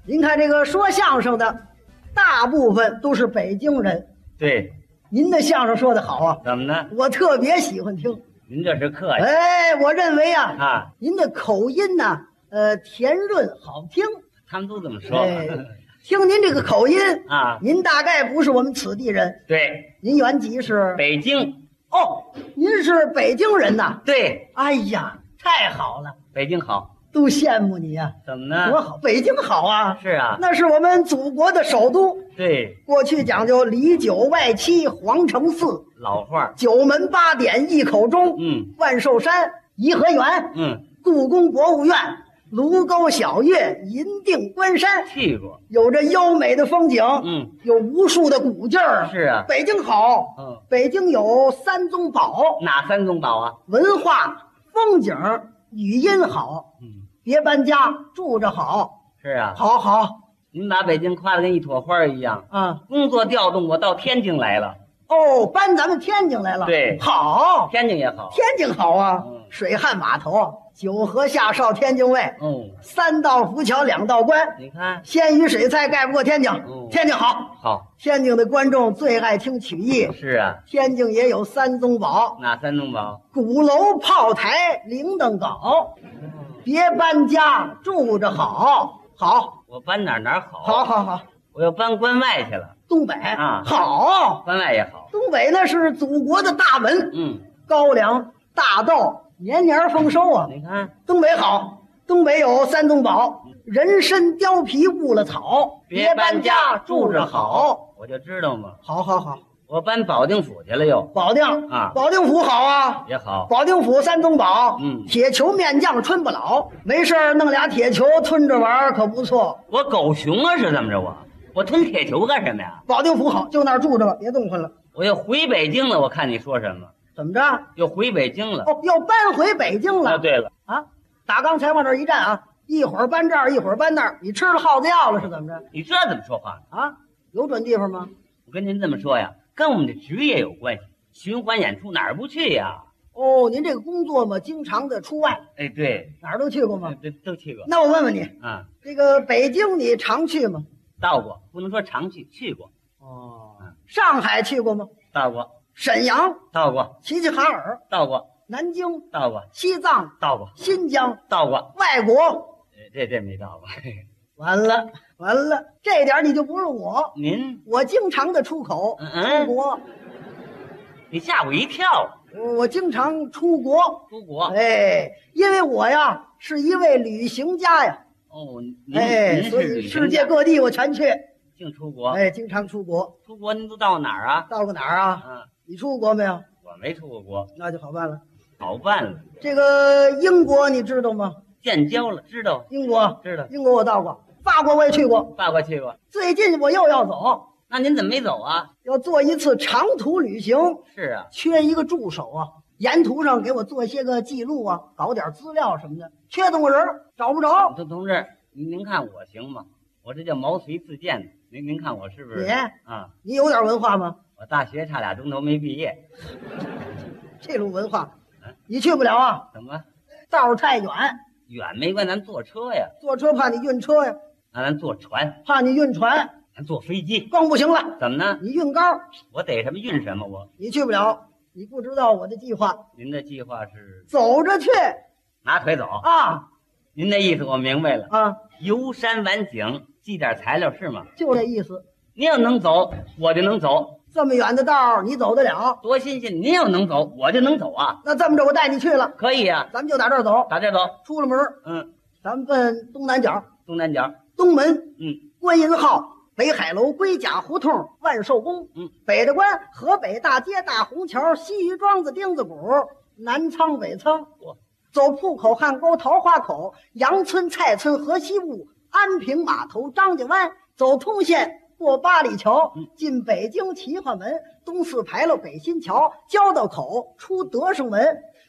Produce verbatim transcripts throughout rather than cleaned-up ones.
您看这个说相声的，大部分都是北京人。 对， 您的相声说的好啊， 怎么呢？ 我特别喜欢听。 您这是客气。 哎，我认为啊， 啊， 您的口音呢，呃，甜润好听。 他们都这么说。 哎，听您这个口音啊， 您大概不是我们此地人。 对， 您原籍是北京。 哦，您是北京人呐？ 对， 哎呀，太好了， 北京好， 都羡慕你呀、 怎么呢？ 多好，北京好啊！ 是啊， 那是我们祖国的首都。 对， 过去讲究里九外七，皇城四， 老话。 九门八点一口钟。 嗯， 万寿山、颐和园， 嗯， 故宫博物院、卢沟晓月、银锭关山， 去过。 有着优美的风景。 嗯， 有无数的古劲儿。 是啊， 北京好。 嗯， 北京有三宗宝， 哪三宗宝啊？ 文化、风景、语音好。 嗯， 别搬家，住着好。 是啊， 好好您把北京夸得跟一朵花一样。 啊！ 工作调动我到天津来了。 哦，搬咱们天津来了。 对， 好， 天津也好。 天津好啊。 嗯， 水旱码头，九河下哨天津卫。 哦， 三道浮桥，两道关。 你看， 鲜鱼水菜盖不过天津。 嗯， 天津好。 好。 天津的观众最爱听曲艺。 是啊， 天津也有三宗宝， 哪三宗宝？ 鼓楼、炮台、铃铛镐。别搬家，住着好。好， 我搬哪儿哪儿好。 好，好，好。 我要搬关外去了。 东北啊， 好， 关外也好。 东北那是祖国的大门。 嗯， 高粱、大豆，年年丰收啊。 你看， 东北好，东北有三宗宝：人参、貂皮、误了草。别搬家，住着好。 我就知道嘛。 好，好，好。 我搬保定府去了又。 保定啊， 保定府好啊， 也好。 保定府三宗宝， 嗯， 铁球、面酱、春不老。没事儿弄俩铁球吞着玩可不错。 我狗熊啊是怎么着我？我吞铁球干什么呀？ 保定府好，就那儿住着吧，别动弹了。 我要回北京了，我看你说什么？ 怎么着？ 又回北京了？ 哦，要搬回北京了。 啊，对了啊，打刚才往这儿一站啊，一会儿搬这儿，一会儿搬那儿，你吃了耗子药了是怎么着？ 你这怎么说话呢？ 啊，有准地方吗？ 我跟您这么说呀，跟我们的职业有关系。循环演出哪儿不去呀？ 哦，您这个工作嘛，经常的出外。 哎，对， 哪儿都去过吗？ 都都去过。 那我问问你啊， 这个北京你常去吗？ 到过，不能说常去，去过。 哦，上海去过吗？ 到过。 沈阳到过。 齐齐哈尔到过。 南京到过。 西藏到过。 新疆到过。 外国这这没到过。 完了完了，这点你就不是我。 您我经常的出口嗯出国。 你吓我一跳。 我我经常出国出国。 哎，因为我呀是一位旅行家呀。 哦，您哎， 您所以世界各地我全去。 净出国。 哎，经常出国。 出国您都到哪儿啊？ 到过哪儿啊？ 嗯， 你出过国没有？ 我没出过国。 那就好办了。 好办了。 这个英国你知道吗？ 建交了，知道。 英国知道。 英国我到过，法国我也去过。 法国去过。 最近我又要走。 那您怎么没走啊？ 要做一次长途旅行。 是啊， 缺一个助手啊，沿途上给我做些个记录啊，搞点资料什么的。缺动个人找不着。 同同志，您您看我行吗？我这叫毛遂自荐的。您您看我是不是？ 你啊， 你有点文化吗？ 我大学差俩钟头没毕业。 这种文化，你去不了啊？ 怎么？ 道儿太远。 远没关系，咱坐车呀。 坐车怕你晕车呀。 那咱坐船。 怕你晕船。 咱坐飞机更不行了。 怎么呢？ 你晕高。 我逮什么运什么我。 你去不了，你不知道我的计划。 您的计划是走着去。 拿腿走啊？ 您的意思我明白了啊。 游山玩景，寄点材料是吗？ 就这意思。 您要能走，我就能走。 这么远的道你走得了？ 多新鲜！您要能走，我就能走啊。 那这么着，我带你去了。 可以啊， 咱们就打这儿走。 打这儿走。 出了门， 嗯， 咱们奔东南角。 东南角。 东门， 嗯， 观音号。北海楼、龟甲胡同、万寿宫， 嗯， 北的关、河北大街、大红桥、西鱼庄子、丁字谷、南仓、北仓，走铺口、汉沟、桃花口、杨村、蔡村、河西路、安平码头、张家湾，走通县，过八里桥， 嗯， 进北京齐化门、东四牌楼、北新桥、交道口，出德胜门，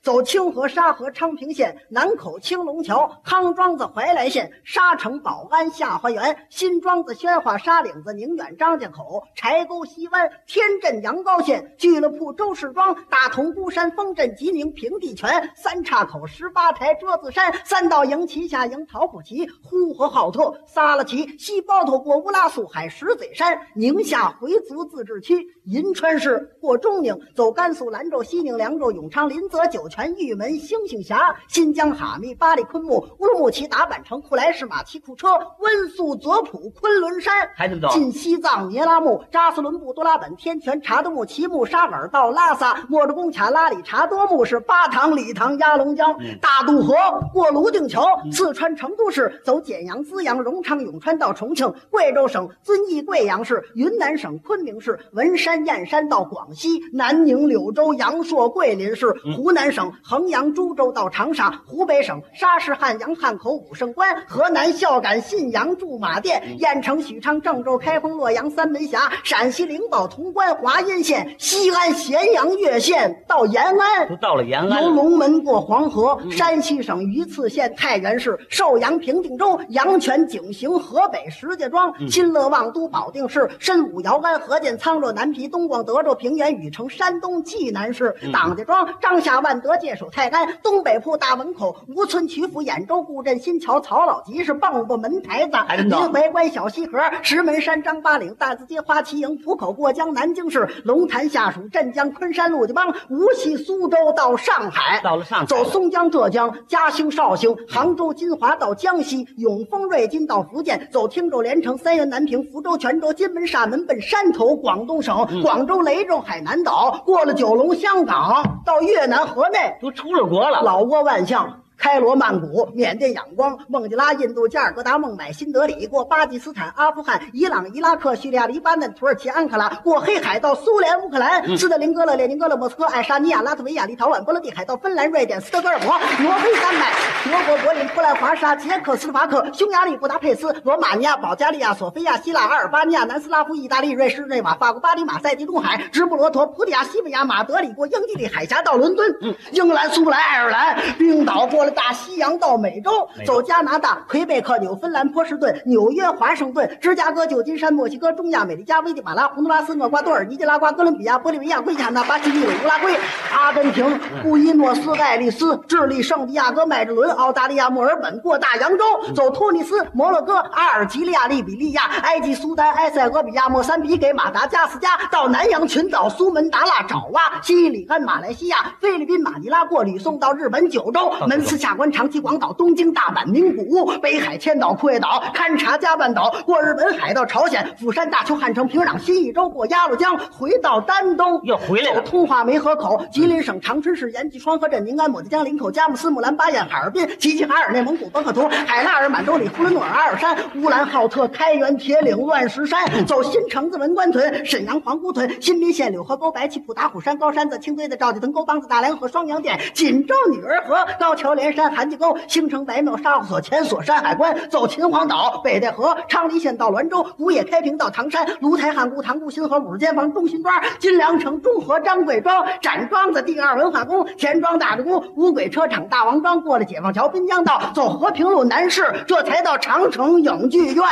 走清河、沙河、昌平县，南口青龙桥，康庄子、怀来县，沙城、保安、下花园，新庄子、宣化、沙岭子、宁远、张家口，柴沟、西湾，天镇、阳高县，俱乐部、周市庄，大同、孤山、丰镇、吉宁、平地泉，三岔口、十八台、桌子山，三道营、旗下营、陶府旗，呼和浩特、撒拉旗，西包头过乌拉苏海、石嘴山，宁夏回族自治区，银川市过中宁，走甘肃兰州、西宁、凉州、永昌、临泽、酒泉、玉门、兴兴峡，新疆哈密、巴里、昆木、乌鲁木齐、达坂城、库莱市、马奇库车，温宿、左普、昆仑山， 还这么多。 进西藏、聂拉木、扎斯伦布、多拉本、天泉、查德木、奇木、沙尔到拉萨，莫着贡卡、拉里、查多木是巴塘、理塘、鸭龙江， 嗯、 大渡河过泸定桥，嗯、四川成都市走简阳、资阳、荣昌、永川到重庆，贵州省遵义、贵阳市，云南省昆明市，文山、燕山到广西，南宁、柳州、阳朔、桂林市，湖南省衡阳、株洲到长沙，湖北省沙市、汉阳、汉口、武胜关，河南孝感、信阳、驻马店，燕城、许昌、郑州、开封、洛阳、三门峡，陕西灵宝、潼关、华阴县，西安、咸阳、岳县到延安， 都到了延安， 由龙门过黄河，嗯、山西省榆次县太原市，寿阳、平定州，阳泉、景行、河北石家庄，嗯、新乐、望都、保定市，申武、姚安、河间、沧州、南皮、东广、德州、平原、禹城、山东济南市，嗯、党家庄、张夏、万德、界首、泰安，东北铺、大门口、吴村、曲阜、兖州、固镇、新桥、曹老集是蚌埠、门台子，临淮关、小西河、石门山、张八岭、大字街、花旗营、浦口、过江、南京市，龙潭下属镇江、昆山、陆家浜，无锡、苏州到上海， 到了上海， 走松江、浙江、嘉兴、绍兴、杭州、金华到江西，永丰、瑞金到福建，走汀州、连城、三原、南平、福州、泉州、金门、厦门奔山头，广东省、嗯、广州、雷州、海南岛，过了九龙、香港到越南河内， 都出了国了， 老挝、万象。开罗、曼谷、缅甸、仰光、孟加拉、印度、加尔各答、孟买、新德里，过巴基斯坦、阿富汗、伊朗、伊拉克、叙利亚、黎巴嫩、土耳其、安卡拉，过黑海到苏联、乌克兰、嗯、斯特林格勒、列宁格勒、莫斯科、爱沙尼亚、拉脱维亚、立陶宛、波罗的海到芬兰、瑞典、斯德哥尔摩、挪威、丹麦、德国、柏林、波兰、华沙、捷克斯洛伐克、匈牙利、布达佩斯、罗马尼亚、保加利亚、索菲亚、希腊、阿尔巴尼亚、南斯拉夫、意大利、瑞士、日内瓦、法国巴黎、马赛、地中海、直布罗陀、葡萄牙、西班牙、马德里，过英吉利海峡到伦敦，嗯、英格兰、苏格兰、爱尔兰、冰岛，过了大西洋到美洲，走加拿大、魁北克、纽芬兰、波士顿、纽约、华盛顿、芝加哥、旧金山、墨西哥、中亚、美利加、危地马拉、洪都拉斯、厄瓜多尔、尼加拉瓜、哥伦比亚、玻利维亚、圭亚那、巴西利、乌拉圭、阿根廷、布宜诺斯艾利斯、智利、圣地亚哥、麦哲伦、澳大利亚、墨尔本，过大洋洲，走突尼斯、摩洛哥、阿尔及利亚、利比利亚、埃及、苏丹、埃塞俄比亚、莫桑比给、马达加斯加，到南洋群岛、苏门答腊、爪哇、西里安、马来西亚、菲律宾、马尼拉，过吕宋到日本九州，门司、下关、长崎、广岛、东京、大阪、名古屋、北海、千岛、库页岛、勘察加半岛，过日本海到朝鲜、釜山、大邱、汉城、平壤、新义州，过鸭绿江，回到丹东， 又回来了。 走通化梅河口、吉林省长春市延吉双河镇、宁安、抹子江、林口、佳木斯、木兰、巴彦、哈尔滨、齐齐哈尔、内蒙古、本克图、海拉尔、满洲里、呼伦诺尔、阿尔山、乌兰浩特、开原、铁岭、乱石山，走新城子、文官屯、沈阳、皇姑屯、新民县、柳河沟、白旗铺、打虎山、高山子、青堆子、赵家屯沟、帮子、大连河、双阳店、锦州女儿河、高桥连山、韩家沟、兴城白庙、沙户所、前所、山海关，走秦皇岛、北戴河、昌黎县到滦州、古冶开平到唐山、芦台、汉沽、塘沽、新河、五十间房、中辛庄、金良城、中和、张贵庄、展庄子、第二文化宫、田庄、大直沽、五轨车厂、大王庄，过了解放桥、滨江道，走和平路南市，这才到长城影剧院。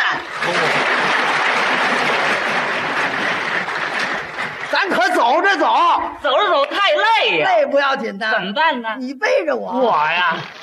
咱可走着走， 走着走太累呀， 累不要紧的， 怎么办呢？ 你背着我。 我呀。